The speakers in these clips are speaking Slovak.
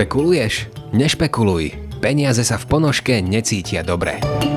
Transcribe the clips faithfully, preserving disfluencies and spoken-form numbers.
Špekuluješ? Nešpekuluj. Peniaze sa v ponožke necítia dobre.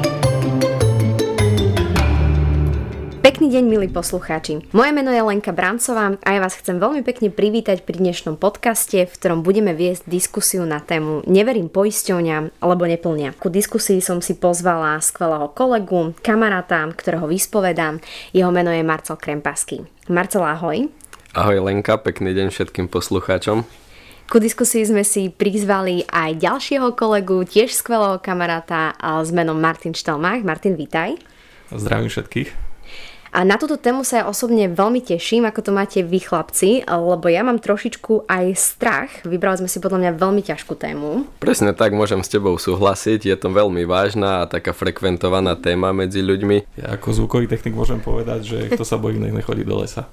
Pekný deň, milí poslucháči. Moje meno je Lenka Brancová a ja vás chcem veľmi pekne privítať pri dnešnom podcaste, v ktorom budeme viesť diskusiu na tému Neverím poisťovňam, alebo neplnia. Ku diskusii som si pozvala skvelého kolegu, kamaráta, ktorého vyspovedám. Jeho meno je Marcel Krempasky. Marcel, ahoj. Ahoj Lenka, pekný deň všetkým poslucháčom. Ku diskusii sme si prizvali aj ďalšieho kolegu, tiež skvelého kamaráta s menom Martin Štelmach. Martin, vítaj. Zdravím všetkých. A na túto tému sa ja osobne veľmi teším, ako to máte vy chlapci, lebo ja mám trošičku aj strach. Vybrali sme si podľa mňa veľmi ťažkú tému. Presne tak, môžem s tebou súhlasiť. Je to veľmi vážna a taká frekventovaná téma medzi ľuďmi. Ja ako zvukový technik môžem povedať, že kto sa bojí, nech nechodí do lesa.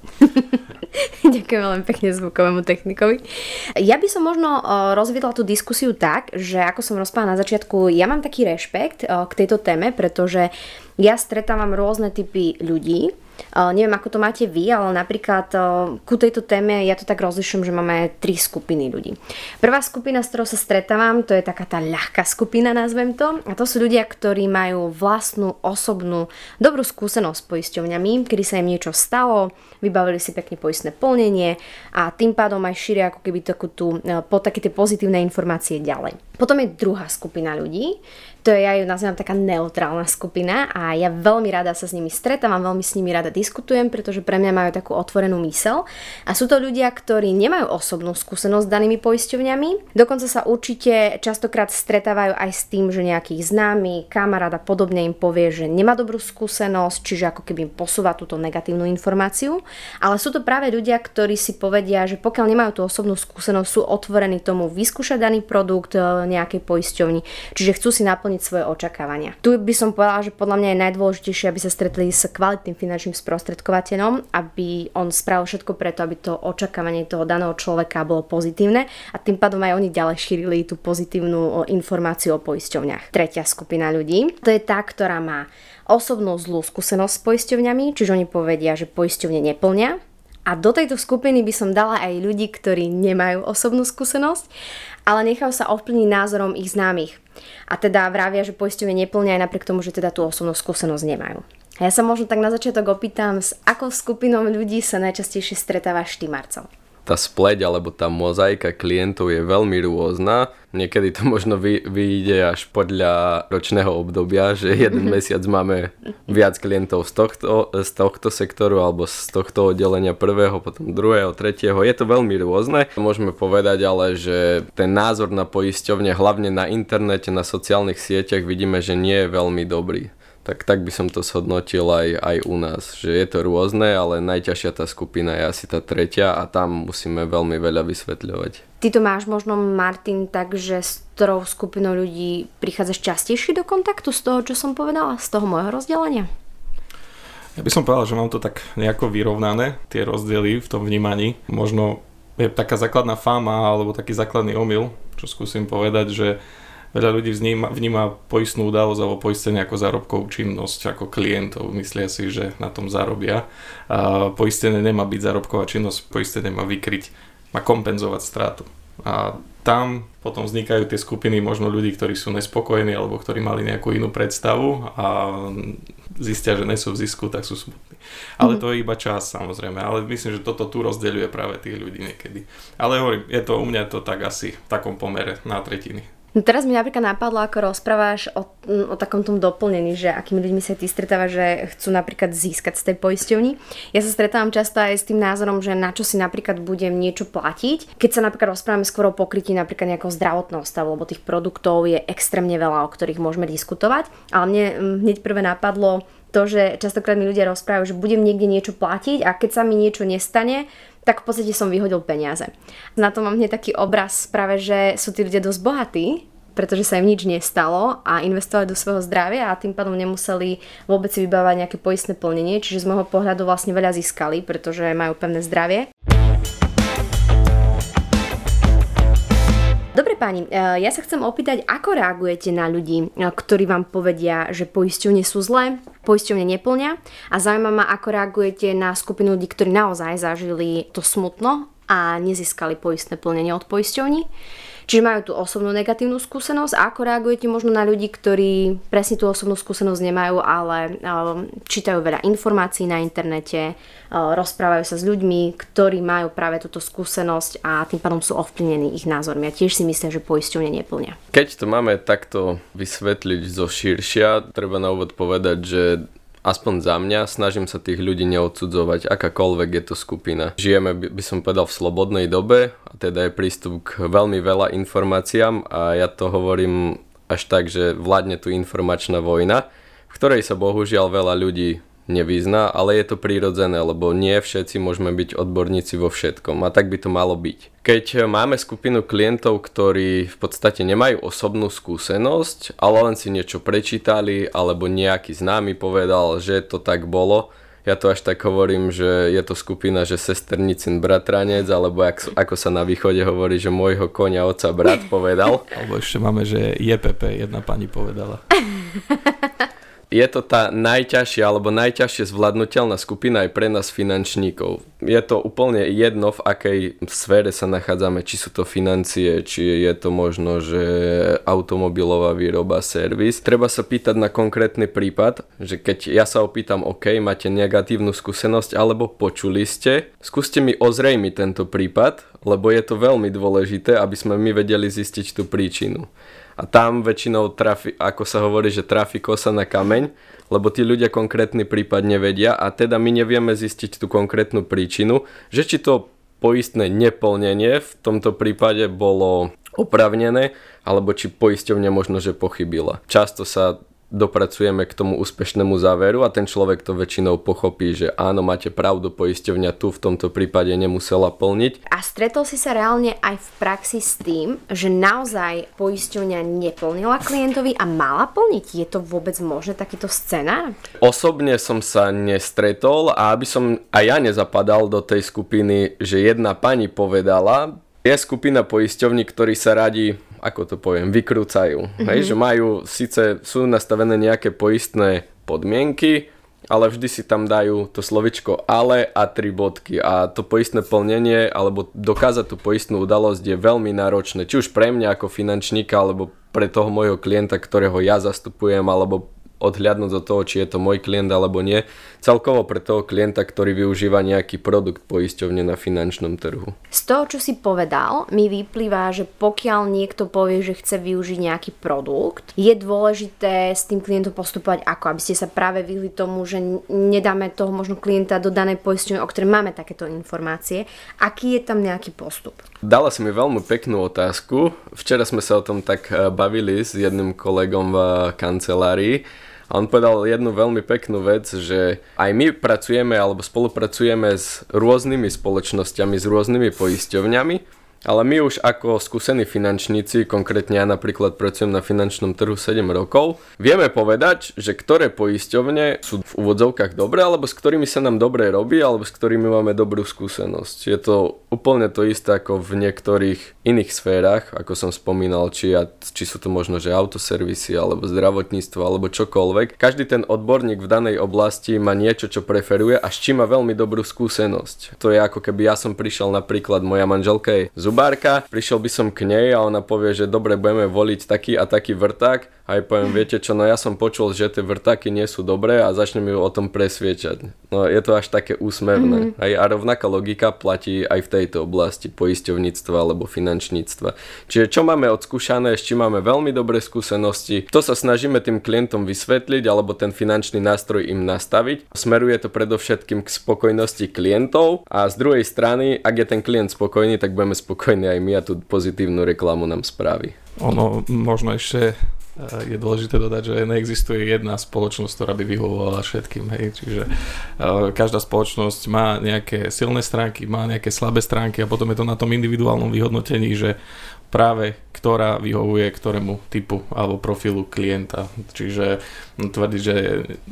Ďakujem veľmi pekne zvukovému technikovi. Ja by som možno rozviedla tú diskusiu tak, že ako som rozprávala na začiatku, ja mám taký rešpekt k tejto téme, pretože ja stretávam rôzne typy ľudí. Uh, neviem, ako to máte vy, ale napríklad uh, ku tejto téme ja to tak rozlišujem, že máme tri skupiny ľudí. Prvá skupina, s ktorou sa stretávam, to je taká tá ľahká skupina, nazvem to. A to sú ľudia, ktorí majú vlastnú, osobnú, dobrú skúsenosť s poisťovňami, kedy sa im niečo stalo, vybavili si pekne poistné plnenie a tým pádom aj šíria ako keby takú tú, uh, po také tie pozitívne informácie ďalej. Potom je druhá skupina ľudí, to je, ja ju nazývam taká neutrálna skupina a ja veľmi rada sa s nimi stretávam, veľmi s nimi rada diskutujem, pretože pre mňa majú takú otvorenú myseľ a sú to ľudia, ktorí nemajú osobnú skúsenosť s danými poisťovňami. Dokonca sa určite častokrát stretávajú aj s tým, že nejakých známy, kamarát a podobne im povie, že nemá dobrú skúsenosť, čiže ako keby im posúva túto negatívnu informáciu. Ale sú to práve ľudia, ktorí si povedia, že pokiaľ nemajú tú osobnú skúsenosť, sú otvorení tomu vyskúšať daný produkt nejakej poisťovni, čiže chcú si naplniť svoje očakávania. Tu by som povedala, že podľa mňa je najdôležitejšie, aby sa stretli s kvalitným finančným sprostredkovateľom, aby on spravil všetko preto, aby to očakávanie toho daného človeka bolo pozitívne a tým pádom aj oni ďalej šírili tú pozitívnu informáciu o poisťovniach. Tretia skupina ľudí, to je tá, ktorá má osobnú zlú skúsenosť s poisťovňami, čiže oni povedia, že poisťovne neplnia. A do tejto skupiny by som dala aj ľudí, ktorí nemajú osobnú skúsenosť, ale nechajú sa ovplyvniť názorom ich známych. A teda vravia, že poisťovne neplnia aj napriek tomu, že teda tú osobnú skúsenosť nemajú. A ja sa možno tak na začiatok opýtam, s akou skupinou ľudí sa najčastejšie stretávaš ty, Marcel? Tá spleť alebo tá mozaika klientov je veľmi rôzna. Niekedy to možno vy, vyjde až podľa ročného obdobia, že jeden mesiac máme viac klientov z tohto, z tohto sektoru alebo z tohto oddelenia prvého, potom druhého, tretieho. Je to veľmi rôzne. Môžeme povedať ale, že ten názor na poisťovne, hlavne na internete, na sociálnych sieťach vidíme, že nie je veľmi dobrý. Tak, tak by som to shodnotil aj, aj u nás, že je to rôzne, ale najťažšia tá skupina je asi tá tretia a tam musíme veľmi veľa vysvetľovať. Ty to máš možno, Martin, takže s ktorou skupinou ľudí prichádzaš častejšie do kontaktu z toho, čo som povedala, z toho môjho rozdelenia? Ja by som povedal, že mám to tak nejako vyrovnané, tie rozdiely v tom vnímaní. Možno je taká základná fáma alebo taký základný omyl, čo skúsim povedať, že veľa ľudí vníma, vníma poistnú udalosť alebo poistenie ako zárobkovú činnosť, ako klientov. Myslia si, že na tom zarobia. A poistenie nemá byť zárobková činnosť, poistenie má vykryť, má kompenzovať stratu. A tam potom vznikajú tie skupiny možno ľudí, ktorí sú nespokojní alebo ktorí mali nejakú inú predstavu a zistia, že nie sú v zisku, tak sú smutní. Ale to je iba čas, samozrejme. Ale myslím, že toto tu rozdeľuje práve tých ľudí niekedy. Ale hovorím, je to u mňa to tak asi v takom pomere na tretiny. No teraz mi napríklad napadlo, ako rozprávaš o, o takom tom doplnení, že akými ľuďmi sa ty stretávaš, že chcú napríklad získať z tej poisťovni. Ja sa stretávam často aj s tým názorom, že na čo si napríklad budem niečo platiť. Keď sa napríklad rozprávame skôr o pokrytí napríklad nejakého zdravotného stavu, lebo tých produktov je extrémne veľa, o ktorých môžeme diskutovať. Ale mne hneď prvé napadlo to, že častokrát mi ľudia rozprávajú, že budem niekde niečo platiť a keď sa mi niečo nestane, tak v podstate som vyhodil peniaze. Na to mám hneď taký obraz práve, že sú tí ľudia dosť bohatí, pretože sa im nič nestalo a investovali do svojho zdravia a tým pádom nemuseli vôbec si vybávať nejaké poistné plnenie, čiže z môjho pohľadu vlastne veľa získali, pretože majú pevné zdravie. Dobre páni, ja sa chcem opýtať, ako reagujete na ľudí, ktorí vám povedia, že poisťovne sú zlé, poisťovne neplnia a zaujíma ma, ako reagujete na skupinu ľudí, ktorí naozaj zažili to smutno a nezískali poistné plnenie od poisťovní. Čiže majú tú osobnú negatívnu skúsenosť a ako reagujete možno na ľudí, ktorí presne tú osobnú skúsenosť nemajú, ale um, čítajú veľa informácií na internete, uh, rozprávajú sa s ľuďmi, ktorí majú práve túto skúsenosť a tým pádom sú ovplyvnení ich názormi a tiež si myslia, že poisťovne neplnia. Keď to máme takto vysvetliť zo širšia, treba na úvod povedať, že aspoň za mňa, snažím sa tých ľudí neodsudzovať, akákoľvek je to skupina. Žijeme, by som povedal, v slobodnej dobe a teda je prístup k veľmi veľa informáciám a ja to hovorím až tak, že vládne tu informačná vojna, v ktorej sa bohužiaľ veľa ľudí nevyzná, ale je to prirodzené, lebo nie všetci môžeme byť odborníci vo všetkom a tak by to malo byť. Keď máme skupinu klientov, ktorí v podstate nemajú osobnú skúsenosť, ale len si niečo prečítali alebo nejaký známy povedal, že to tak bolo, ja to až tak hovorím, že je to skupina, že sesternicin bratranec, alebo ako, ako sa na východe hovorí, že môjho konia otca brat povedal. Alebo ešte máme, že J P P, jedna pani povedala. Je to tá najťažšia alebo najťažšie zvládnutelná skupina aj pre nás finančníkov. Je to úplne jedno, v akej sfére sa nachádzame, či sú to financie, či je to možno, že automobilová výroba, servis. Treba sa pýtať na konkrétny prípad, že keď ja sa opýtam, OK, máte negatívnu skúsenosť alebo počuli ste, skúste mi ozrejmiť tento prípad, lebo je to veľmi dôležité, aby sme my vedeli zistiť tú príčinu. A tam väčšinou trafi, ako sa hovorí, že trafi kosa na kameň, lebo tí ľudia konkrétny prípad nevedia a teda my nevieme zistiť tú konkrétnu príčinu, že či to poistné neplnenie v tomto prípade bolo oprávnené, alebo či poisťovňa možno, že pochybila. Často sa dopracujeme k tomu úspešnému záveru a ten človek to väčšinou pochopí, že áno, máte pravdu, poisťovňa tu v tomto prípade nemusela plniť. A stretol si sa reálne aj v praxi s tým, že naozaj poisťovňa neplnila klientovi a mala plniť? Je to vôbec možné takýto scenár? Osobne som sa nestretol a aby som aj ja nezapadal do tej skupiny, že jedna pani povedala, je skupina poisťovní, ktorí sa radi, ako to poviem, vykrúcajú. Mm-hmm. Hej, že majú, síce sú nastavené nejaké poistné podmienky, ale vždy si tam dajú to slovičko ale a tri bodky. A to poistné plnenie, alebo dokázať tú poistnú udalosť je veľmi náročné. Či už pre mňa ako finančníka, alebo pre toho môjho klienta, ktorého ja zastupujem, alebo odhľadnúť od toho, či je to môj klient alebo nie. Celkovo pre toho klienta, ktorý využíva nejaký produkt poisťovne na finančnom trhu. Z toho, čo si povedal, mi vyplýva, že pokiaľ niekto povie, že chce využiť nejaký produkt, je dôležité s tým klientom postupovať ako, aby ste sa práve vyhli tomu, že nedáme toho možno klienta do danej poisťovne, o ktorej máme takéto informácie. Aký je tam nejaký postup? Dala si mi veľmi peknú otázku. Včera sme sa o tom tak bavili s jedným kolegom v kancelárii. A on povedal jednu veľmi peknú vec, že aj my pracujeme alebo spolupracujeme s rôznymi spoločnosťami, s rôznymi poisťovňami, ale my už ako skúsení finančníci, konkrétne ja napríklad pracujem na finančnom trhu sedem rokov, vieme povedať, že ktoré poisťovne sú v úvodzovkách dobré, alebo s ktorými sa nám dobre robí, alebo s ktorými máme dobrú skúsenosť. Je to úplne to isté ako v niektorých iných sférach, ako som spomínal, či, ja, či sú to možno že autoservisy, alebo zdravotníctvo, alebo čokoľvek. Každý ten odborník v danej oblasti má niečo, čo preferuje a s čím má veľmi dobrú skúsenosť. To je ako keby ja som prišiel napríklad, moja manželka je zubárka, prišiel by som k nej a ona povie, že dobre, budeme voliť taký a taký vrták. A aj poviem, viete čo, no ja som počul, že tie vrtáky nie sú dobré a začnem ju o tom presviečať. No je to až také úsmevné. Mm-hmm. Aj, a rovnaká logika platí aj v tejto oblasti poisťovníctva alebo finančníctva. Čiže čo máme odskúšané, s čím máme veľmi dobré skúsenosti, to sa snažíme tým klientom vysvetliť alebo ten finančný nástroj im nastaviť. Smeruje to predovšetkým k spokojnosti klientov a z druhej strany, ak je ten klient spokojný, tak budeme spokojní aj my a tú pozitívnu reklamu nám spraví. Ono možno ešte je dôležité dodať, že neexistuje jedna spoločnosť, ktorá by vyhovovala všetkým. Hej. Čiže uh, každá spoločnosť má nejaké silné stránky, má nejaké slabé stránky a potom je to na tom individuálnom vyhodnotení, že práve ktorá vyhovuje ktorému typu alebo profilu klienta. Čiže no, tvrdiť, že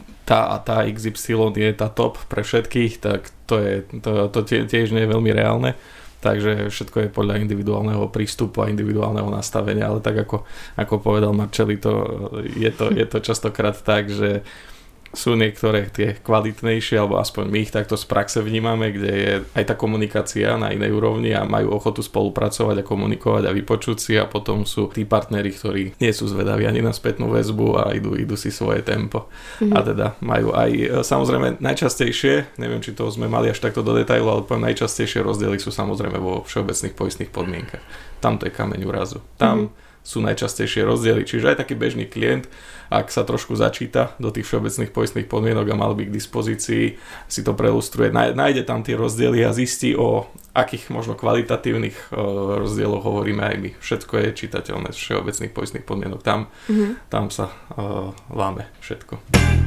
tá a tá iks ypsilon je tá top pre všetkých, tak to, je, to, to tiež nie je veľmi reálne. Takže všetko je podľa individuálneho prístupu a individuálneho nastavenia, ale tak ako, ako povedal Marcelli, to je, to, je to častokrát tak, že sú niektoré tie kvalitnejšie, alebo aspoň my ich takto z praxe vnímame, kde je aj tá komunikácia na inej úrovni a majú ochotu spolupracovať a komunikovať a vypočuť si, a potom sú tí partneri, ktorí nie sú zvedaví ani na spätnú väzbu a idú, idú si svoje tempo. Mm-hmm. A teda majú aj, samozrejme najčastejšie, neviem, či to sme mali až takto do detailu, ale poviem, najčastejšie rozdiely sú samozrejme vo všeobecných poistných podmienkach. Tam to je kameň úrazu. Tam mm-hmm. sú najčastejšie rozdiely. Čiže aj taký bežný klient, ak sa trošku začíta do tých všeobecných poistných podmienok a mal by k dispozícii, si to prelustruje, nájde tam tie rozdiely a zistí, o akých možno kvalitatívnych rozdieloch hovoríme aj my. Všetko je čitateľné z všeobecných poistných podmienok. Tam, mm-hmm. tam sa uh, láme všetko.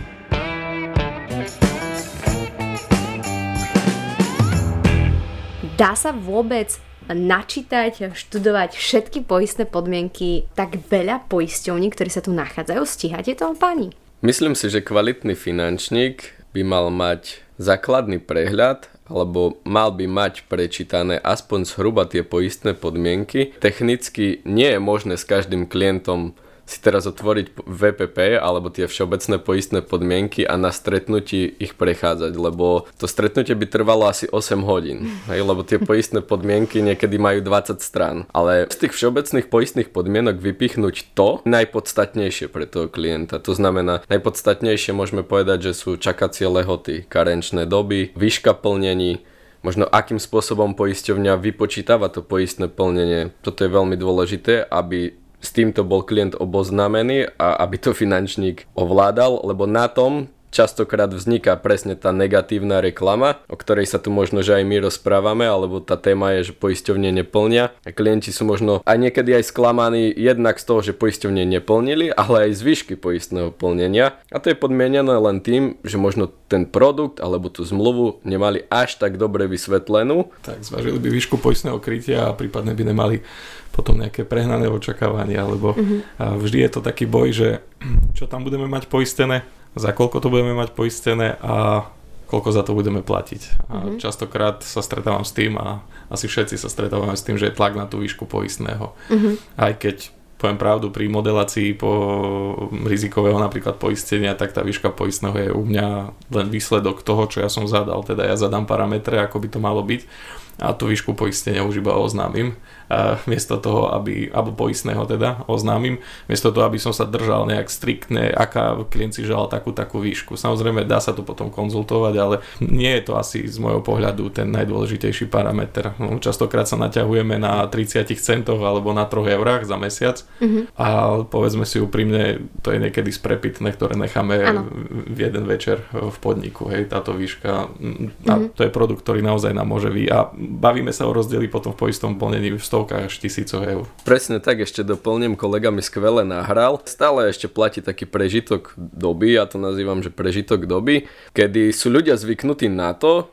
Dá sa vôbec načítať, študovať všetky poistné podmienky tak veľa poisťovní, ktorí sa tu nachádzajú? Stíhate to, páni? Myslím si, že kvalitný finančník by mal mať základný prehľad, alebo mal by mať prečítané aspoň zhruba tie poistné podmienky. Technicky nie je možné s každým klientom si teraz otvoriť vé pé pé alebo tie všeobecné poistné podmienky a na stretnutí ich prechádzať, lebo to stretnutie by trvalo asi osem hodín, hej, lebo tie poistné podmienky niekedy majú dvadsať strán. Ale z tých všeobecných poistných podmienok vypichnúť to najpodstatnejšie pre toho klienta. To znamená, najpodstatnejšie môžeme povedať, že sú čakacie lehoty, karenčné doby, výška plnení, možno akým spôsobom poisťovňa vypočítava to poistné plnenie. Toto je veľmi dôležité, aby s týmto bol klient oboznámený a aby to finančník ovládal, lebo na tom častokrát vzniká presne tá negatívna reklama, o ktorej sa tu možno, že aj my rozprávame, alebo tá téma je, že poisťovne neplnia. A klienti sú možno aj niekedy aj sklamaní jednak z toho, že poisťovne neplnili, ale aj z výšky poistného plnenia. A to je podmienené len tým, že možno ten produkt alebo tú zmluvu nemali až tak dobre vysvetlenú. Tak zvážili by výšku poistného krytia a prípadne by nemali potom nejaké prehnané očakávania, lebo mm-hmm. vždy je to taký boj, že čo tam budeme mať poistené, za koľko to budeme mať poistené a koľko za to budeme platiť. A mm-hmm. častokrát sa stretávam s tým a asi všetci sa stretávame s tým, že je tlak na tú výšku poistného. Mm-hmm. Aj keď poviem pravdu, pri modelácii po rizikového napríklad poistenia, tak tá výška poistného je u mňa len výsledok toho, čo ja som zadal. Teda ja zadám parametre, ako by to malo byť a tú výšku poistenia už iba oznámim. A miesto toho, aby, alebo poistného teda oznámim, miesto toho, aby som sa držal nejak striktne, aká klient si želal takú, takú výšku. Samozrejme, dá sa to potom konzultovať, ale nie je to asi z môjho pohľadu ten najdôležitejší parameter. No, častokrát sa naťahujeme na tridsať centov alebo na troch eurách za mesiac mm-hmm. a povedzme si úprimne, to je niekedy sprepitné, ktoré necháme ano. v jeden večer v podniku, hej, táto výška. A mm-hmm. to je produkt, ktorý naozaj nám môže vy. A bavíme sa o rozdieli potom v poistom plnení v stovkách až tisícoch eur. Presne tak, ešte doplním, kolega mi skvele nahral. Stále ešte platí taký prežitok doby, ja to nazývam, že prežitok doby, kedy sú ľudia zvyknutí na to,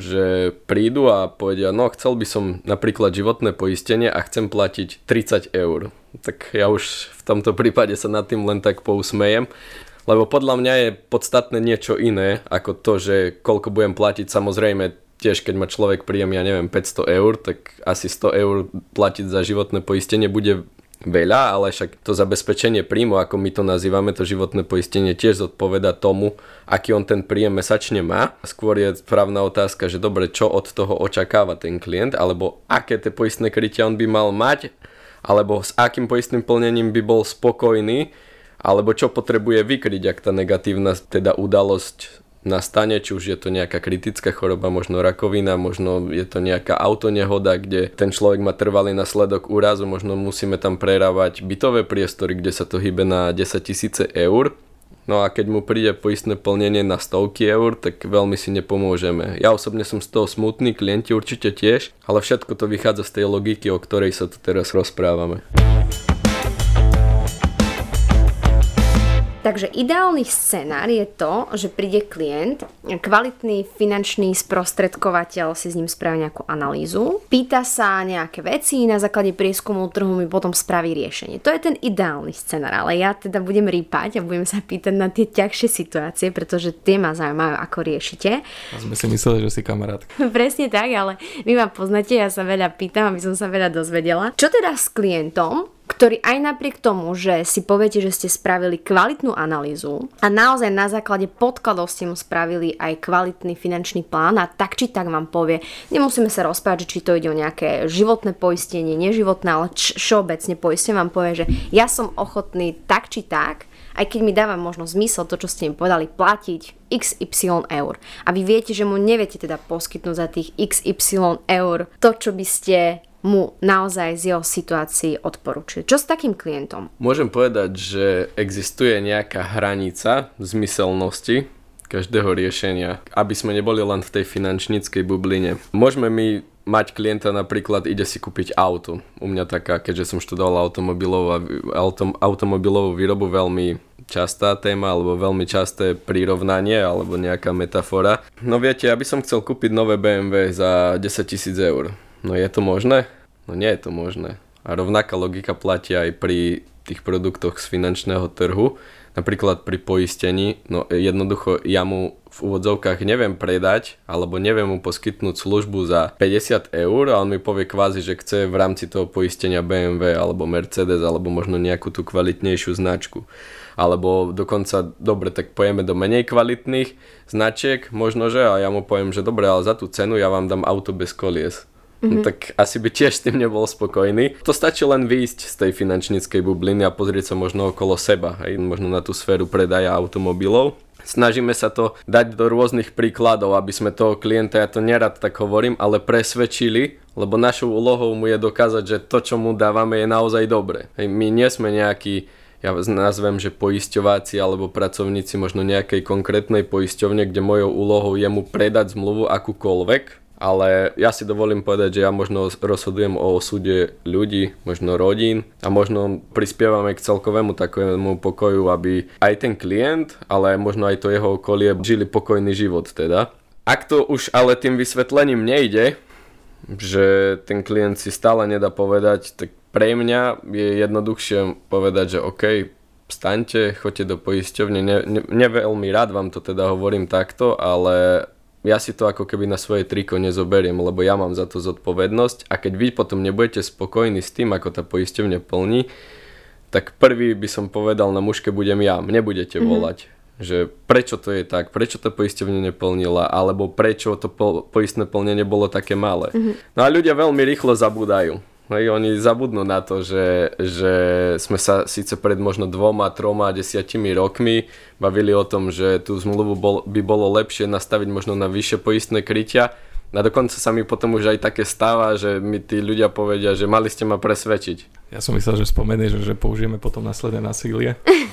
že prídu a povedia, no chcel by som napríklad životné poistenie a chcem platiť tridsať eur. Tak ja už v tomto prípade sa nad tým len tak pousmejem, lebo podľa mňa je podstatné niečo iné ako to, že koľko budem platiť. Samozrejme, tiež keď má človek príjem, ja neviem, päťsto eur, tak asi sto eur platiť za životné poistenie bude veľa, ale však to zabezpečenie príjmu, ako my to nazývame, to životné poistenie tiež zodpoveda tomu, aký on ten príjem mesačne má. Skôr je správna otázka, že dobre, čo od toho očakáva ten klient, alebo aké tie poistné krytia on by mal mať, alebo s akým poistným plnením by bol spokojný, alebo čo potrebuje vykryť, ak tá negatívna teda udalosť nastane, či už je to nejaká kritická choroba, možno rakovina, možno je to nejaká autonehoda, kde ten človek má trvalý následok úrazu, možno musíme tam prerávať bytové priestory, kde sa to hýbe na desaťtisíc eur. No a keď mu príde poistné plnenie na stovky eur, tak veľmi si nepomôžeme. Ja osobne som z toho smutný, klienti určite tiež, ale všetko to vychádza z tej logiky, o ktorej sa tu teraz rozprávame. Takže ideálny scenár je to, že príde klient, kvalitný finančný sprostredkovateľ si s ním spraví nejakú analýzu, pýta sa nejaké veci, na základe prieskumu trhu mi potom spraví riešenie. To je ten ideálny scenár, ale ja teda budem rýpať a budem sa pýtať na tie ťažšie situácie, pretože tie ma zaujímajú, ako riešite. A sme si mysleli, že si kamarátka. Presne tak, ale vy ma poznáte, ja sa veľa pýtam, aby som sa veľa dozvedela. Čo teda s klientom, ktorý aj napriek tomu, že si poviete, že ste spravili kvalitnú analýzu a naozaj na základe podkladov ste mu spravili aj kvalitný finančný plán a tak či tak vám povie, nemusíme sa rozprávať, či to ide o nejaké životné poistenie, neživotné, ale č- všeobecne poistenie vám povie, že ja som ochotný tak či tak, aj keď mi dáva možno zmysel to, čo ste im povedali, platiť iks ypsilon eur. A vy viete, že mu neviete teda poskytnúť za tých iks ypsilon eur to, čo by ste mu naozaj z jeho situácii odporúčili. Čo s takým klientom? Môžem povedať, že existuje nejaká hranica zmyselnosti každého riešenia, aby sme neboli len v tej finančníckej bubline. Môžeme my mať klienta, napríklad ide si kúpiť auto. U mňa taká, keďže som študoval automobilovú, autom, automobilovú výrobu, veľmi častá téma, alebo veľmi časté prirovnanie, alebo nejaká metafora. No viete, ja by som chcel kúpiť nové bé em vé za desaťtisíc eur. No je to možné? No nie je to možné. A rovnaká logika platí aj pri tých produktoch z finančného trhu. Napríklad pri poistení, no jednoducho ja mu v úvodzovkách neviem predať alebo neviem mu poskytnúť službu za päťdesiat eur a on mi povie kvázi, že chce v rámci toho poistenia bé em vé alebo Mercedes alebo možno nejakú tú kvalitnejšiu značku. Alebo dokonca, dobre, tak pojeme do menej kvalitných značiek, možno že, a ja mu poviem, že dobre, ale za tú cenu ja vám dám auto bez kolies. Mm-hmm. No, tak asi by tiež s tým nebol spokojný. To stačí len výjsť z tej finančníckej bubliny a pozrieť sa možno okolo seba, hej, možno na tú sféru predaja automobilov. Snažíme sa to dať do rôznych príkladov, aby sme toho klienta, ja to nerad tak hovorím, ale presvedčili, lebo našou úlohou mu je dokázať, že to, čo mu dávame, je naozaj dobré. Hej, my nie sme nejakí, ja nazvem, že poisťováci alebo pracovníci možno nejakej konkrétnej poisťovne, kde mojou úlohou je mu predať zmluvu akúkoľvek. Ale ja si dovolím povedať, že ja možno rozhodujem o osude ľudí, možno rodín a možno prispievame k celkovému takému pokoju, aby aj ten klient, ale možno aj to jeho okolie žili pokojný život teda. Ak to už ale tým vysvetlením nejde, že ten klient si stále nedá povedať, tak pre mňa je jednoduchšie povedať, že OK, vstaňte, choďte do poisťovne, ne, ne, neveľmi rád vám to teda hovorím takto, ale ja si to ako keby na svoje triko nezoberiem, lebo ja mám za to zodpovednosť a keď vy potom nebudete spokojní s tým, ako tá poisťovňa plní, tak prvý by som povedal na muške budem ja, mne budete mm-hmm. volať, že prečo to je tak, prečo tá poisťovňa neplnila, alebo prečo to po, poistné plnenie bolo také malé. Mm-hmm. No a ľudia veľmi rýchlo zabúdajú. Hej, oni zabudnú na to, že, že sme sa síce pred možno dvoma, troma, desiatimi rokmi bavili o tom, že tú zmluvu bol, by bolo lepšie nastaviť možno na vyššie poistné krytia. A dokonca sa mi potom už aj také stáva, že mi tí ľudia povedia, že mali ste ma presvedčiť. Ja som myslel, že spomenieš, že použijeme potom následné násilie.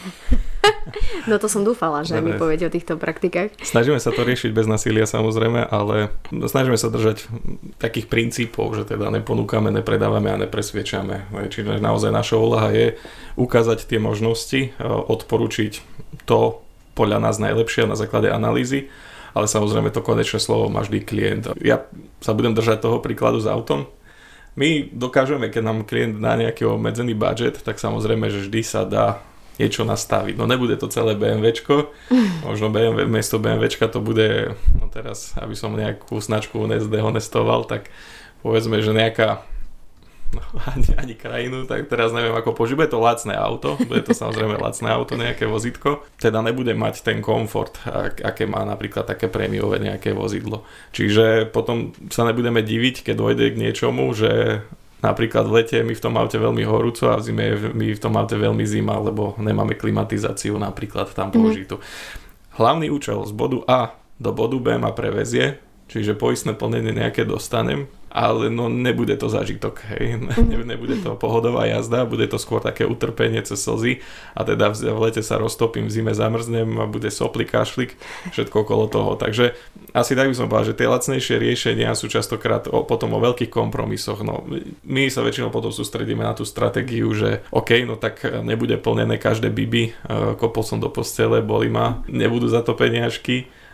No to som dúfala, že mi povedia o týchto praktikách. Snažíme sa to riešiť bez násilia samozrejme, ale snažíme sa držať takých princípov, že teda neponúkame, nepredávame a nepresviečame. Čiže naozaj naša úloha je ukázať tie možnosti, odporučiť to podľa nás najlepšie na základe analýzy, ale samozrejme to konečné slovo má vždy klient. Ja sa budem držať toho príkladu s autom. My dokážeme, keď nám klient dá nejaký obmedzený budget, tak samozrejme, že vždy sa dá niečo nastaviť. No nebude to celé BMWčko, možno bé em vé, miesto BMWčka to bude, no teraz, aby som nejakú značku nezdehonestoval, tak povedzme, že nejaká, no ani, ani krajinu, tak teraz neviem ako použiť, bude to lacné auto, bude to samozrejme lacné auto, nejaké vozítko, teda nebude mať ten komfort, ak, aké má napríklad také prémiové nejaké vozidlo. Čiže potom sa nebudeme diviť, keď dojde k niečomu, že napríklad v lete mi v tom aute veľmi horúco a v zime je mi v tom aute veľmi zima, lebo nemáme klimatizáciu napríklad tam použitú. Mm-hmm. Hlavný účel z bodu A do bodu B ma prevezie, čiže poistné plnenie nejaké dostanem, ale no nebude to zážitok, hej. Mm-hmm. Nebude to pohodová jazda, bude to skôr také utrpenie cez slzy a teda v lete sa roztopím, v zime zamrznem a bude soplik, kašlik, všetko okolo toho. Takže asi tak by som povedal, že tie lacnejšie riešenia sú častokrát o, potom o veľkých kompromisoch. No, my sa väčšinou potom sústredíme na tú stratégiu, že OK, no tak nebude plnené každé bibi, kopol som do postele, boli ma, nebudú za to peniažky,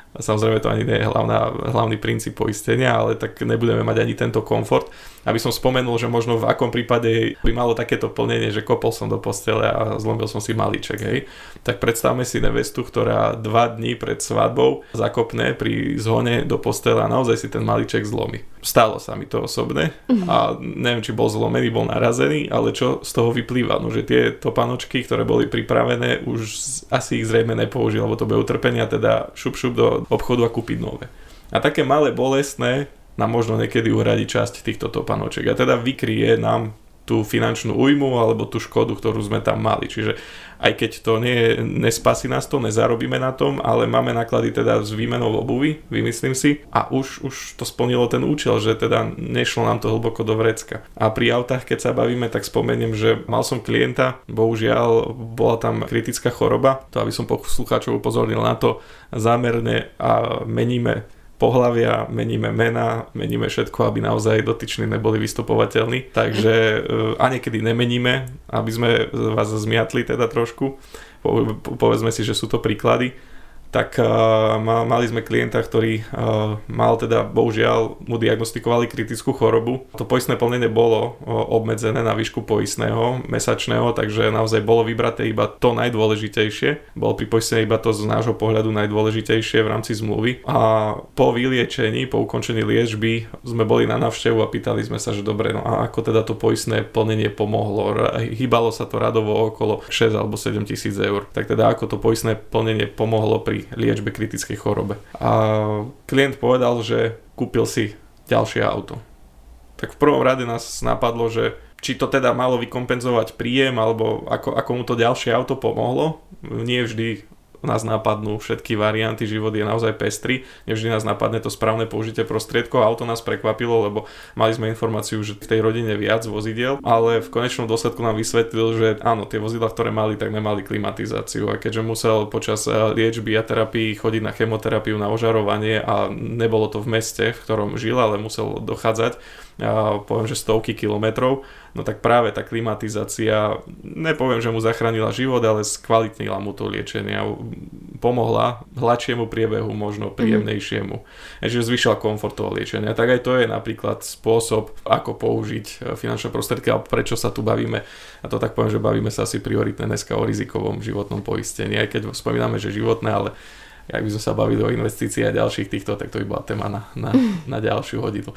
A samozrejme to ani nie je hlavná, hlavný princíp poistenia, ale tak nebudeme mať ani tento komfort. Aby som spomenul, že možno v akom prípade by malo takéto plnenie, že kopol som do postele a zlomil som si malíček, hej. Tak predstavme si nevestu, ktorá dva dní pred svadbou zakopne pri zhone do postele a naozaj si ten malíček zlomí. Stalo sa mi to osobne a neviem, či bol zlomený, bol narazený, ale čo z toho vyplýva? No, že tie topanočky, ktoré boli pripravené, už asi ich zrejme nepoužil, lebo to bude utrpenia, teda šup šup do obchodu a kúpiť nové. A také malé bolestné nám možno niekedy uhradí časť týchto topanočiek a teda vykryje nám tú finančnú újmu alebo tú škodu, ktorú sme tam mali. Čiže aj keď to nie, nespasí nás to, nezarobíme na tom, ale máme náklady teda s výmenou obuvy, vymyslím si, a už, už to splnilo ten účel, že teda nešlo nám to hlboko do vrecka. A pri autách, keď sa bavíme, tak spomeniem, že mal som klienta, bohužiaľ bola tam kritická choroba, to aby som poslucháčov upozornil na to, zámerne a meníme pohlavia, meníme mená, meníme všetko, aby naozaj dotyční neboli vystupovateľní. Takže a niekedy nemeníme, aby sme vás zmiatli teda trošku. Po, povedzme si, že sú to príklady. Tak uh, mali sme klienta, ktorý uh, mal teda, bohužiaľ, mu diagnostikovali kritickú chorobu. To poistné plnenie bolo uh, obmedzené na výšku poistného mesačného, takže naozaj bolo vybraté iba to najdôležitejšie. Bolo pripoistené iba to z nášho pohľadu najdôležitejšie v rámci zmluvy. A po vyliečení, po ukončení liečby sme boli na návštevu a pýtali sme sa, že dobre, no a ako teda to poistné plnenie pomohlo? Hýbalo sa to radovo okolo šesť alebo sedem tisíc eur. Tak teda ako to poistné plnenie pomohlo pri liečbe kritickej chorobe. A klient povedal, že kúpil si ďalšie auto. Tak v prvom rade nás napadlo, že či to teda malo vykompenzovať príjem, alebo ako, ako mu to ďalšie auto pomohlo. Nie vždy nás napadnú všetky varianty, život je naozaj pestrý, nevždy nás napadne to správne použitie prostriedkov. Auto nás prekvapilo, lebo mali sme informáciu, že v tej rodine viac vozidiel, ale v konečnom dôsledku nám vysvetlil, že áno, tie vozidlá, ktoré mali, tak nemali klimatizáciu a keďže musel počas liečby a terapii chodiť na chemoterapiu, na ožarovanie a nebolo to v meste, v ktorom žil, ale musel dochádzať, ja poviem, že stovky kilometrov, no tak práve tá klimatizácia, nepoviem, že mu zachránila život, ale skvalitnila mu to liečenie a pomohla hladšiemu priebehu, možno príjemnejšiemu. Mm. Že zvyšila komfort toho liečenia. Tak aj to je napríklad spôsob, ako použiť finančné prostriedky a prečo sa tu bavíme. A to tak poviem, že bavíme sa asi prioritne dneska o rizikovom životnom poistení, aj keď spomíname, že životné, ale ak by sme sa bavili o investícii a ďalších týchto, tak to by bola téma na, na, na ďalšiu hodinu.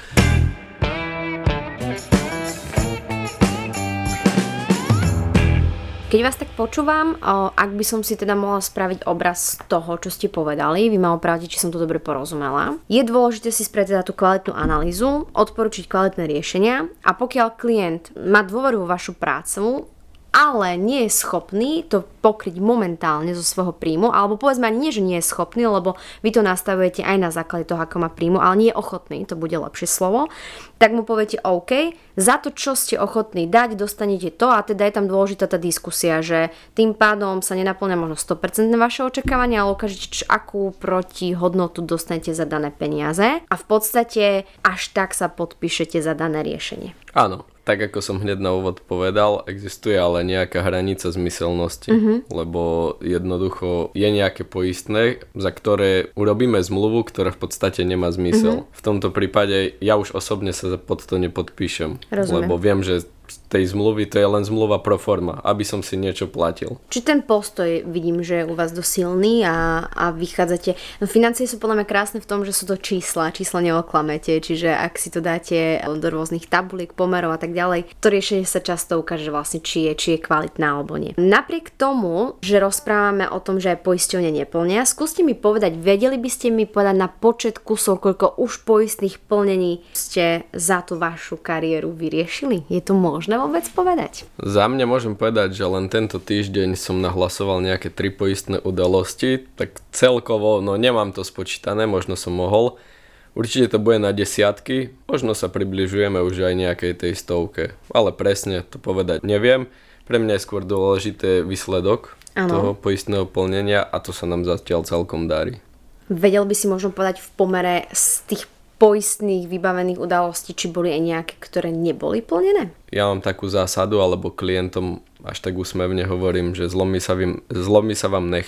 Keď vás tak počúvam, ak by som si teda mohla spraviť obraz toho, čo ste povedali, vy ma opravte, či som to dobre porozumela. Je dôležité si spraviť teda tú kvalitnú analýzu, odporučiť kvalitné riešenia a pokiaľ klient má dôveru vo vašu prácu, ale nie je schopný to pokryť momentálne zo svojho príjmu, alebo povedzme ani nie, že nie je schopný, lebo vy to nastavujete aj na základe toho, ako má príjmu, ale nie je ochotný, to bude lepšie slovo, tak mu poviete OK, za to, čo ste ochotní dať, dostanete to a teda je tam dôležitá tá diskusia, že tým pádom sa nenaplňa možno sto percent vaše očakávania, ale ukážete, č- akú protihodnotu dostanete za dané peniaze a v podstate až tak sa podpíšete za dané riešenie. Áno. Tak ako som hneď na úvod povedal, existuje ale nejaká hranica zmyselnosti, mm-hmm. lebo jednoducho je nejaké poistné, za ktoré urobíme zmluvu, ktorá v podstate nemá zmysel. Mm-hmm. V tomto prípade ja už osobne sa pod to nepodpíšem, Rozumiem. Lebo viem, že z tej zmluvy to je len zmluva pro forma, aby som si niečo platil. Či ten postoj vidím, že je u vás dosilný a, a vychádzate... No, financie sú podľa mňa krásne v tom, že sú to čísla, čísla neoklamete, čiže ak si to dáte do rôznych tabuliek, pomerov a tak ďalej, to riešenie sa často ukáže vlastne, či je, či je kvalitná alebo nie. Napriek tomu, že rozprávame o tom, že aj poisťovne neplnia, skúste mi povedať, vedeli by ste mi povedať na počet kusov, koľko už poistných plnení ste za tú vašu kariéru vyriešili? Je to možné vôbec povedať? Za mňa môžem povedať, že len tento týždeň som nahlasoval nejaké tri poistné udalosti, tak celkovo, no nemám to spočítané, možno som mohol. Určite to bude na desiatky, možno sa približujeme už aj nejakej tej stovke, ale presne to povedať neviem. Pre mňa je skôr dôležité výsledok ano. Toho poistného plnenia a to sa nám zatiaľ celkom darí. Vedel by si možno povedať v pomere z tých poistných vybavených udalostí, či boli aj nejaké, ktoré neboli plnené? Ja mám takú zásadu, alebo klientom až tak úsmevne hovorím, že zlomí sa, vím, zlomí sa vám nechet,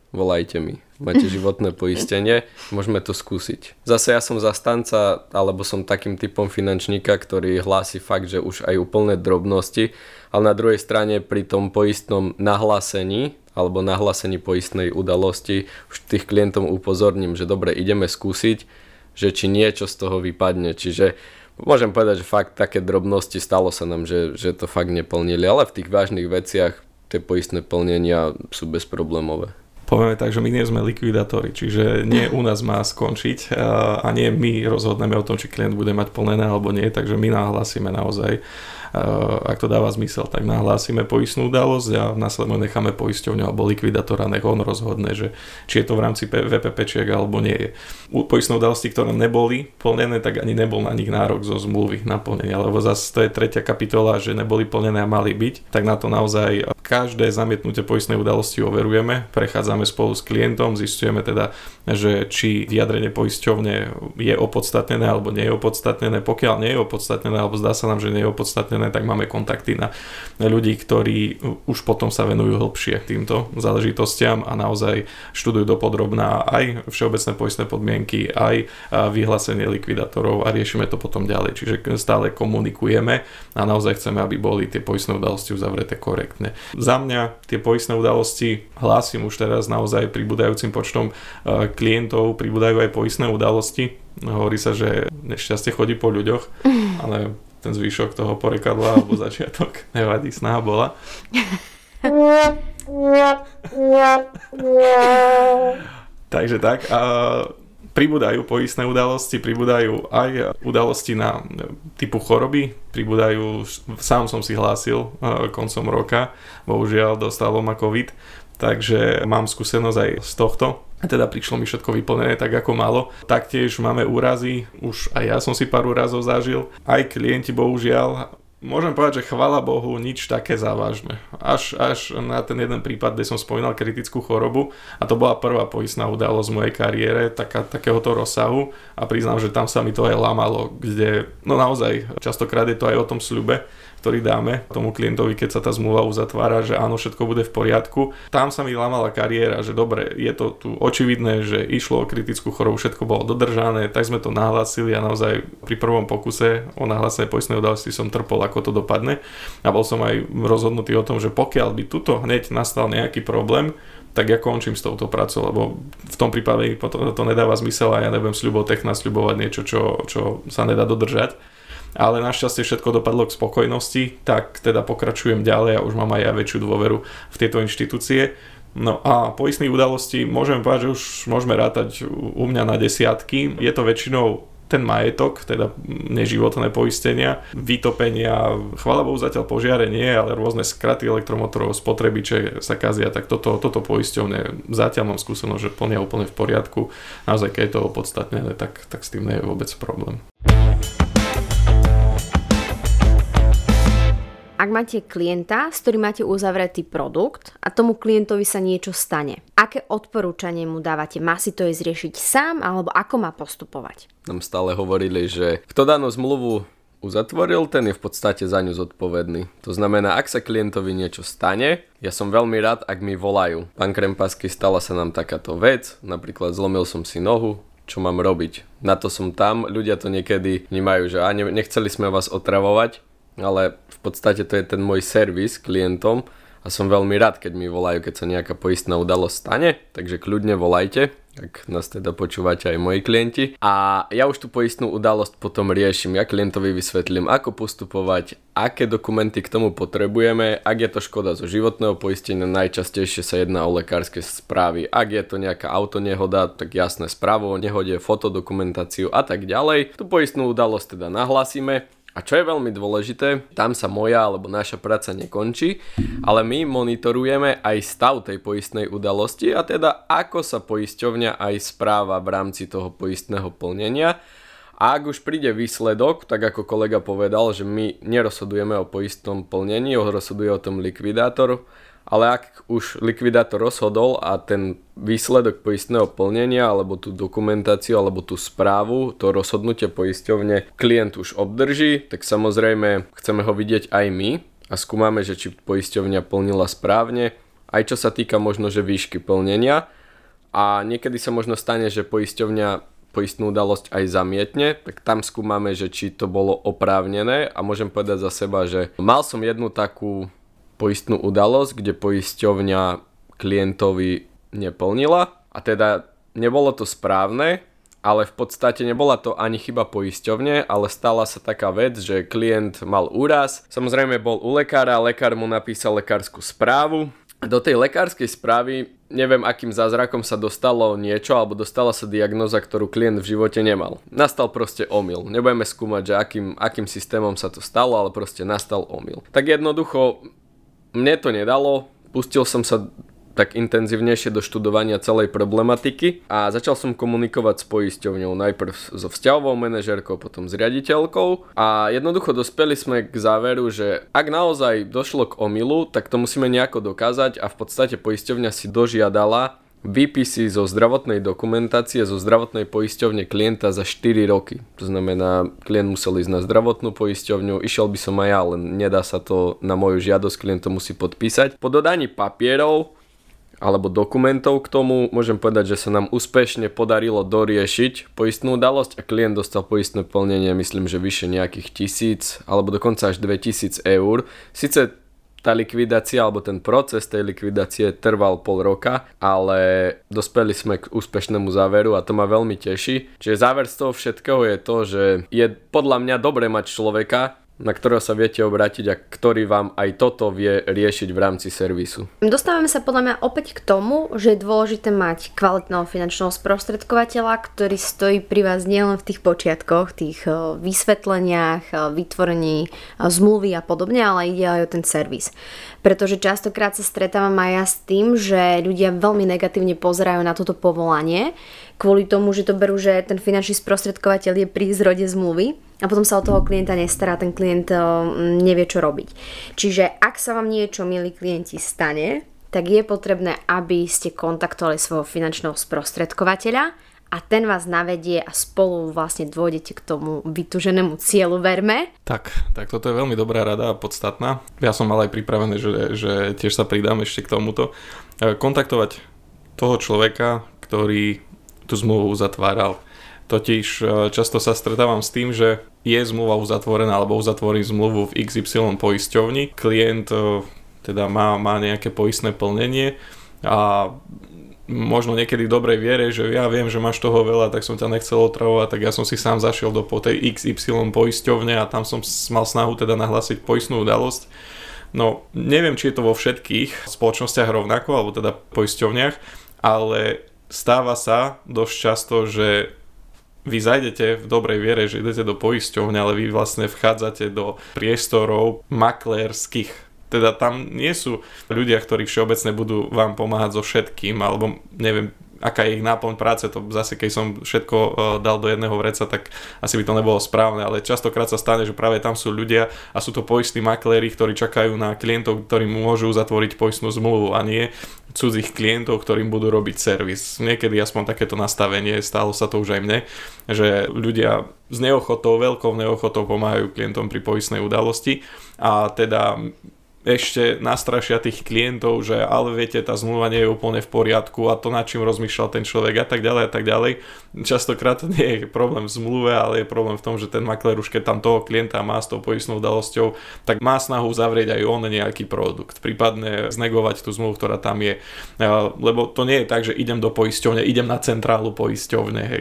volajte mi. Máte životné poistenie, môžeme to skúsiť. Zase ja som zastanca, alebo som takým typom finančníka, ktorý hlási fakt, že už aj úplné drobnosti, ale na druhej strane pri tom poistnom nahlásení alebo nahlásení poistnej udalosti už tých klientom upozorním, že dobre, ideme skúsiť, že či niečo z toho vypadne. Čiže môžem povedať, že fakt také drobnosti stalo sa nám, že, že to fakt neplnili, ale v tých vážnych veciach tie poistné plnenia sú bezproblémové. Povieme tak, že my nie sme likvidátori, čiže nie u nás má skončiť a nie my rozhodneme o tom, či klient bude mať plnené alebo nie, takže my nahlásime naozaj, ak to dáva zmysel, tak nahlásime poistnú udalosť a následne necháme poisťovňu alebo likvidátora, nech on rozhodne, že či je to v rámci vé pé péčiek alebo nie je. U poistné udalosti, ktoré neboli plnené, tak ani nebol na nich nárok zo zmluvy na plnenie, lebo zase to je tretia kapitola, že neboli plnené a mali byť, tak na to naozaj každé zamietnutie poistnej udalosti overujeme, prechádzame spolu s klientom, zisťujeme teda, že či vyjadrenie poisťovne je opodstatnené alebo nie je opodstatnené. Pokiaľ nie je opodstatnené alebo zdá sa nám, že nie je opodstatnené, tak máme kontakty na ľudí, ktorí už potom sa venujú hlbšie týmto záležitostiam a naozaj študujú dopodrobná aj všeobecné poistné podmienky, aj vyhlásenie likvidátorov a riešime to potom ďalej. Čiže stále komunikujeme a naozaj chceme, aby boli tie poistné udalosti uzavreté korektne. Za mňa tie poistné udalosti hlásim už teraz naozaj pribúdajúcim počtom klientov, pribúdajú aj poistné udalosti. Hovorí sa, že nešťastie chodí po ľuďoch, ale ten zvyšok toho porekadla alebo začiatok nevadí, snaha bola. Takže tak, a pribúdajú poistné udalosti, pribúdajú aj udalosti na typu choroby, pribúdajú, sám som si hlásil koncom roka, bohužiaľ dostalo ma COVID, takže mám skúsenosť aj z tohto. A teda prišlo mi všetko vyplnené tak, ako malo. Taktiež máme úrazy, už aj ja som si pár úrazov zažil. Aj klienti, bohužiaľ, môžem povedať, že chvála Bohu, nič také závažné. Až, až na ten jeden prípad, kde som spomínal kritickú chorobu, a to bola prvá poistná udalosť v mojej kariére, taká, takéhoto rozsahu, a priznám, že tam sa mi to aj lámalo, kde, no naozaj, častokrát je to aj o tom sľube, ktorý dáme tomu klientovi, keď sa tá zmluva uzatvára, že áno, všetko bude v poriadku. Tam sa mi lámala kariéra, že dobre, je to tu očividné, že išlo o kritickú chorobu, všetko bolo dodržané, tak sme to nahlásili a naozaj pri prvom pokuse o nahlásenie poistnej udalosti som trpol, ako to dopadne. A bol som aj rozhodnutý o tom, že pokiaľ by tuto hneď nastal nejaký problém, tak ja končím s touto prácou, lebo v tom prípade to, to nedáva zmysel a ja nebudem sľubotechná sľubovať niečo, čo, čo sa nedá dodržať. Ale našťastie všetko dopadlo k spokojnosti, tak teda pokračujem ďalej a už mám aj ja väčšiu dôveru v tieto inštitúcie. No a poistných udalostí môžeme povedať, že už môžeme rátať u mňa na desiatky. Je to väčšinou ten majetok, teda neživotné poistenia, vytopenia, chvála Bohu zatiaľ požiare nie, ale rôzne skraty elektromotorov, spotrebiče sa kazia, tak toto, toto poisťovne zatiaľ mám skúsenosť, že plnia úplne v poriadku. Naozaj, keď je to opodstatnené, tak, tak s tým nie je vôbec problém. Ak máte klienta, s ktorým máte uzavretý produkt a tomu klientovi sa niečo stane, aké odporúčanie mu dávate? Má si to ísť riešiť sám alebo ako má postupovať? Nám stále hovorili, že kto danú zmluvu uzatvoril, ten je v podstate za ňu zodpovedný. To znamená, ak sa klientovi niečo stane, ja som veľmi rád, ak mi volajú. Pán Krempasky, stala sa nám takáto vec, napríklad zlomil som si nohu, čo mám robiť? Na to som tam, ľudia to niekedy vnímajú, že a ne, nechceli sme vás otravovať, ale v podstate to je ten môj servis klientom a som veľmi rád, keď mi volajú, keď sa nejaká poistná udalosť stane, takže kľudne volajte, ak nás teda počúvate aj moji klienti. A ja už tú poistnú udalosť potom riešim, ja klientovi vysvetlím, ako postupovať, aké dokumenty k tomu potrebujeme, ak je to škoda zo životného poistenia, najčastejšie sa jedná o lekárske správy, ak je to nejaká autonehoda, tak jasné, správu o nehode, fotodokumentáciu a tak ďalej. Tú poistnú udalosť teda nahlásime. A čo je veľmi dôležité, tam sa moja alebo naša práca nekončí, ale my monitorujeme aj stav tej poistnej udalosti a teda ako sa poisťovňa aj správa v rámci toho poistného plnenia. A ak už príde výsledok, tak ako kolega povedal, že my nerozhodujeme o poistnom plnení, rozhoduje o tom likvidátor, ale ak už likvidátor rozhodol a ten výsledok poistného plnenia alebo tú dokumentáciu alebo tú správu, to rozhodnutie poisťovne klient už obdrží, tak samozrejme chceme ho vidieť aj my a skúmame, že či poisťovňa plnila správne, aj čo sa týka možno, že výšky plnenia. a niekedy sa možno stane, že poisťovňa poistnú udalosť aj zamietne, tak tam skúmame, že či to bolo oprávnené a môžem povedať za seba, že mal som jednu takú poistnú udalosť, kde poisťovňa klientovi neplnila a teda nebolo to správne, ale v podstate nebola to ani chyba poisťovne, ale stala sa taká vec, že klient mal úraz. Samozrejme bol u lekára, lekár mu napísal lekárskú správu. Do tej lekárskej správy neviem akým zázrakom sa dostalo niečo alebo dostala sa diagnóza, ktorú klient v živote nemal. Nastal proste omyl. Nebudeme skúmať, že akým, akým systémom sa to stalo, ale proste nastal omyl. Tak jednoducho mne to nedalo, pustil som sa tak intenzívnejšie do študovania celej problematiky a začal som komunikovať s poisťovňou, najprv so vzťahovou manažérkou, potom s riaditeľkou a jednoducho dospeli sme k záveru, že ak naozaj došlo k omylu, tak to musíme nejako dokázať a v podstate poisťovňa si dožiadala výpisy zo zdravotnej dokumentácie zo zdravotnej poisťovne klienta za štyri roky. To znamená, klient musel ísť na zdravotnú poisťovňu, išiel by som aj ja, len nedá sa to na moju žiadosť, klient to musí podpísať. Po dodaní papierov alebo dokumentov k tomu môžem povedať, že sa nám úspešne podarilo doriešiť poistnú udalosť a klient dostal poistné plnenie, myslím, že vyše nejakých tisíc alebo dokonca až dvetisíc eur. Sice tá likvidácia alebo ten proces tej likvidácie trval pol roka, ale dospeli sme k úspešnému záveru a to ma veľmi teší. Čiže záver z toho všetkého je to, že je podľa mňa dobré mať človeka, na ktorého sa viete obrátiť a ktorý vám aj toto vie riešiť v rámci servisu. Dostávame sa podľa mňa opäť k tomu, že je dôležité mať kvalitného finančného sprostredkovateľa, ktorý stojí pri vás nielen v tých počiatkoch, tých vysvetleniach, vytvorení zmluvy a podobne, ale ide aj o ten servis. Pretože častokrát sa stretávam aj ja s tým, že ľudia veľmi negatívne pozerajú na toto povolanie, kvôli tomu, že to berú, že ten finančný sprostredkovateľ je pri zrode zmluvy a potom sa o toho klienta nestará, ten klient nevie, čo robiť. Čiže ak sa vám niečo, milí klienti, stane, tak je potrebné, aby ste kontaktovali svojho finančného sprostredkovateľa a ten vás navedie a spolu vlastne dôjdete k tomu vytúženému cieľu, verme. Tak, tak toto je veľmi dobrá rada a podstatná. Ja som mal aj pripravené, že, že tiež sa pridám ešte k tomuto. Kontaktovať toho človeka, ktorý tú zmluvu uzatváral. Totiž často sa stretávam s tým, že je zmluva uzatvorená alebo uzatvorí zmluvu v iks ypsilon poisťovni. Klient teda má, má nejaké poistné plnenie a možno niekedy v dobrej viere, že ja viem, že máš toho veľa, tak som ťa nechcel otravovať, tak ja som si sám zašiel do po tej iks ypsilon poisťovne a tam som mal snahu teda nahlásiť poistnú udalosť. No, neviem, či je to vo všetkých spoločnostiach rovnako, alebo teda poisťovniach, ale stáva sa dosť často, že vy zajdete v dobrej viere, že idete do poisťovne, ale vy vlastne vchádzate do priestorov maklérskych. Teda tam nie sú ľudia, ktorí všeobecne budú vám pomáhať so všetkým, alebo neviem, aká je ich náplň práce, to zase keď som všetko uh, dal do jedného vreca, tak asi by to nebolo správne, ale častokrát sa stane, že práve tam sú ľudia a sú to poistní makléri, ktorí čakajú na klientov, ktorí môžu zatvoriť poistnú zmluvu a nie cudzích klientov, ktorým budú robiť servis. Niekedy aspoň takéto nastavenie, stalo sa to už aj mne, že ľudia s neochotou, veľkou neochotou pomáhajú klientom pri poistnej udalosti a teda ešte nastrašia tých klientov, že ale viete, tá zmluva nie je úplne v poriadku a to, nad čím rozmýšľal ten človek a tak ďalej a tak ďalej. Častokrát to nie je problém v zmluve, ale je problém v tom, že ten maklér už keď tam toho klienta má s tou poistnou udalosťou, tak má snahu zavrieť aj on nejaký produkt, prípadne znegovať tú zmluvu, ktorá tam je. Lebo to nie je tak, že idem do poisťovne, idem na centrálu poisťovne, hej.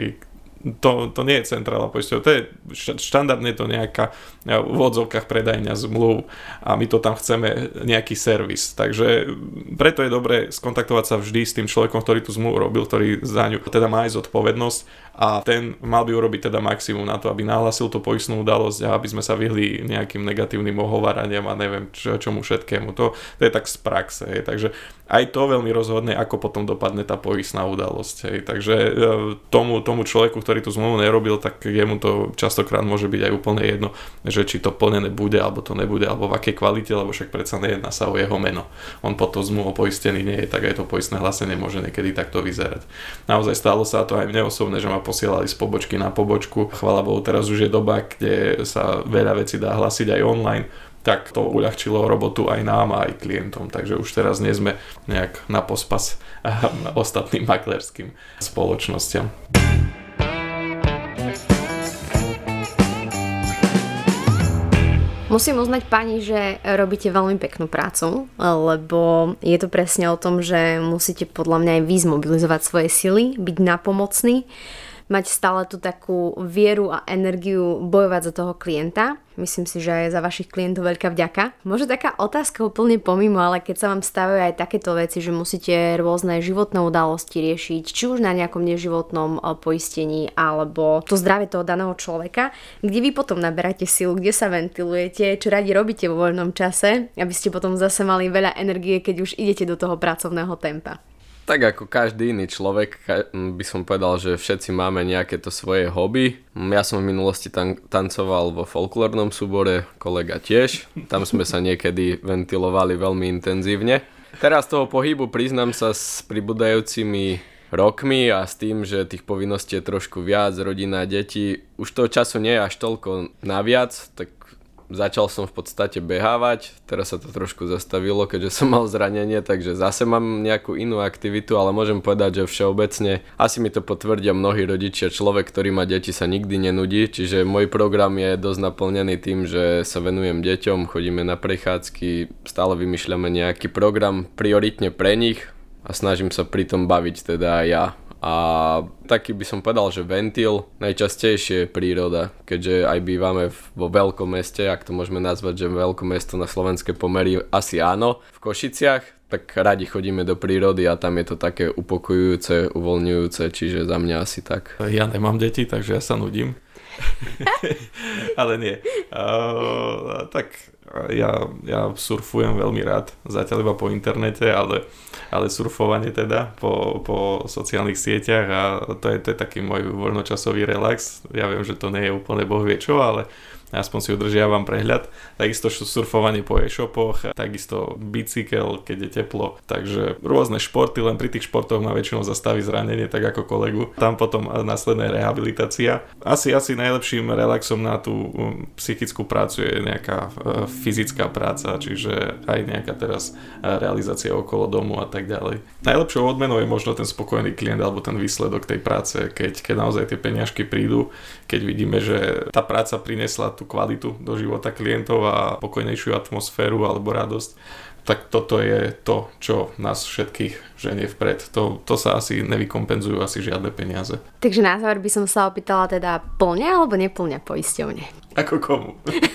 To, to nie je centrála poisťovňa, to je štandardne to nejaká v odzovkách predajňa zmluv a my to tam chceme nejaký servis, takže preto je dobré skontaktovať sa vždy s tým človekom, ktorý tú zmluvu robil, ktorý za ňu teda má aj zodpovednosť a ten mal by urobiť teda maximum na to, aby nahlásil tú poistnú udalosť a aby sme sa vyhli nejakým negatívnym ohováraniam a neviem čo, čomu všetkému, to, to je tak z praxe, hej. Takže aj to veľmi rozhodne, ako potom dopadne tá poistná udalosť, hej. Takže tomu, tomu človeku, ktorý tú zmluvu nerobil, tak jemu to častokrát môže byť aj úplne jedno, že či to plnené bude, alebo to nebude, alebo v akej kvalite, lebo však predsa nejedná sa o jeho meno. On pod to zmluvou poistený nie je, tak aj to poistné hlásenie môže niekedy takto vyzerať. Naozaj stalo sa to aj mne osobne, že ma posielali z pobočky na pobočku. Chvála Bohu, teraz už je doba, kde sa veľa vecí dá hlásiť aj online. tak to uľahčilo robotu aj nám, aj klientom. Takže už teraz nie sme nejak na pospas ostatným maklerským spoločnosťam. Musím uznať, pani, že robíte veľmi peknú prácu, lebo je to presne o tom, že musíte podľa mňa aj vy zmobilizovať svoje sily, byť napomocný, mať stále tú takú vieru a energiu bojovať za toho klienta. Myslím si, že aj za vašich klientov veľká vďaka. Možno taká otázka úplne pomimo, ale keď sa vám stavajú aj takéto veci, že musíte rôzne životné udalosti riešiť, či už na nejakom neživotnom poistení, alebo to zdravie toho daného človeka, kde vy potom naberáte silu, kde sa ventilujete, čo radi robíte vo voľnom čase, aby ste potom zase mali veľa energie, keď už idete do toho pracovného tempa. Tak ako každý iný človek, by som povedal, že všetci máme nejaké to svoje hobby. Ja som v minulosti tan- tancoval vo folklórnom súbore, kolega tiež. Tam sme sa niekedy ventilovali veľmi intenzívne. Teraz toho pohybu, priznám sa, s pribúdajúcimi rokmi a s tým, že tých povinností je trošku viac, rodina, deti, už toho času nie je až toľko naviac, tak začal som v podstate behávať, teraz sa to trošku zastavilo, keďže som mal zranenie, takže zase mám nejakú inú aktivitu, ale môžem povedať, že všeobecne asi mi to potvrdia mnohí rodičia, človek, ktorý má deti, sa nikdy nenudí, čiže môj program je dosť naplnený tým, že sa venujem deťom, chodíme na prechádzky, stále vymýšľame nejaký program prioritne pre nich a snažím sa pri tom baviť teda aj ja. A taký by som povedal, že ventil najčastejšie je príroda, keďže aj bývame vo veľkom meste, ak to môžeme nazvať, že veľké mesto na slovenské pomery asi áno, v Košiciach, tak radi chodíme do prírody a tam je to také upokojujúce, uvoľňujúce, čiže za mňa asi tak. Ja nemám deti, takže ja sa nudím. Ale nie. Uh, tak ja, ja surfujem veľmi rád, zatiaľ iba po internete, ale, ale surfovanie teda po, po sociálnych sieťach a to je, to je taký môj voľnočasový relax. Ja viem, že to nie je úplne boh vie čo, ale aspoň si udržiavam prehľad. Takisto surfovanie po e-shopoch, takisto bicykel, keď je teplo. Takže rôzne športy, len pri tých športoch ma väčšinou zastaví zranenie, tak ako kolegu. Tam potom následná rehabilitácia. Asi, asi najlepším relaxom na tú psychickú prácu je nejaká fyzická práca, čiže aj nejaká teraz realizácia okolo domu a tak ďalej. Najlepšou odmenou je možno ten spokojný klient alebo ten výsledok tej práce, keď, keď naozaj tie peniažky prídu, keď vidíme, že tá práca prinesla tú kvalitu do života klientov a pokojnejšiu atmosféru alebo radosť, tak toto je to, čo nás všetkých ženie vpred. To, to sa asi nevykompenzujú asi žiadne peniaze. Takže na záver by som sa opýtala teda, plňa alebo neplňa poisťovne? Ako komu?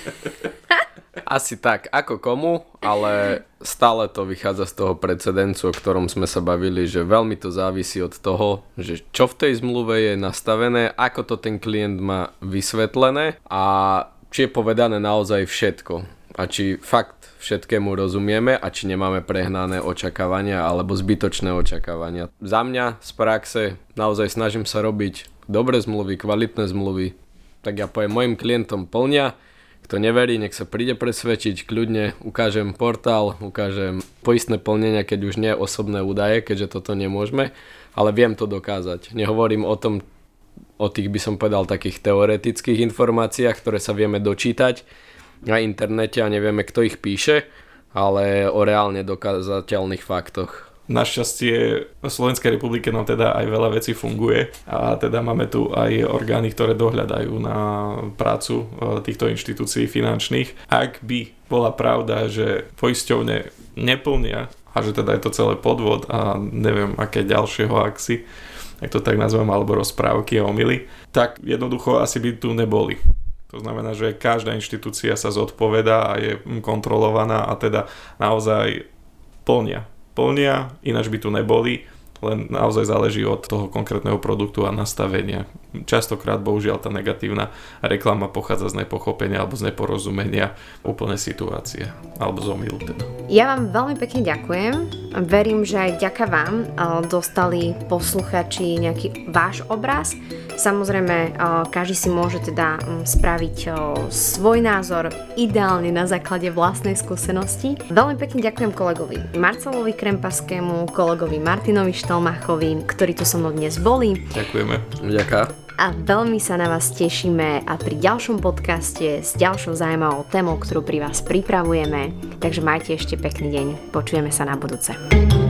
Asi tak, ako komu, ale stále to vychádza z toho precedencu, o ktorom sme sa bavili, že veľmi to závisí od toho, že čo v tej zmluve je nastavené, ako to ten klient má vysvetlené a či je povedané naozaj všetko a či fakt všetkému rozumieme a či nemáme prehnané očakávania alebo zbytočné očakávania. Za mňa z praxe naozaj snažím sa robiť dobré zmluvy, kvalitné zmluvy, tak ja poviem mojim klientom plňa. Kto neverí, nech sa príde presvedčiť, kľudne ukážem portál, ukážem poistné plnenia, keď už nie osobné údaje, keďže toto nemôžeme, ale viem to dokázať. Nehovorím o tom, o tých by som povedal takých teoretických informáciách, ktoré sa vieme dočítať na internete a nevieme, kto ich píše, ale o reálne dokázateľných faktoch. Našťastie v Slovenskej republike nám teda aj veľa vecí funguje a teda máme tu aj orgány, ktoré dohľadajú na prácu týchto inštitúcií finančných. Ak by bola pravda, že poisťovne neplnia a že teda je to celé podvod a neviem aké ďalšie hoaxy, ak to tak nazvem, alebo rozprávky a omily, tak jednoducho asi by tu neboli. To znamená, že každá inštitúcia sa zodpovedá a je kontrolovaná a teda naozaj plnia. plnia, ináč by tu neboli, len naozaj záleží od toho konkrétneho produktu a nastavenia. Častokrát, bohužiaľ, tá negatívna reklama pochádza z nepochopenia alebo z neporozumenia úplnej situácie, alebo z omylu teda. Ja vám veľmi pekne ďakujem. Verím, že aj vďaka vám dostali posluchači nejaký váš obraz. Samozrejme, každý si môže teda spraviť svoj názor, ideálne na základe vlastnej skúsenosti. Veľmi pekne ďakujem kolegovi Marcelovi Krempaskému, kolegovi Martinovi Štelmachovi, ktorí tu so mnou dnes boli. Ďakujeme. Ďakujem. a veľmi sa na vás tešíme a pri ďalšom podcaste s ďalšou zaujímavou témou, ktorú pri vás pripravujeme. Takže majte ešte pekný deň. Počujeme sa na budúce.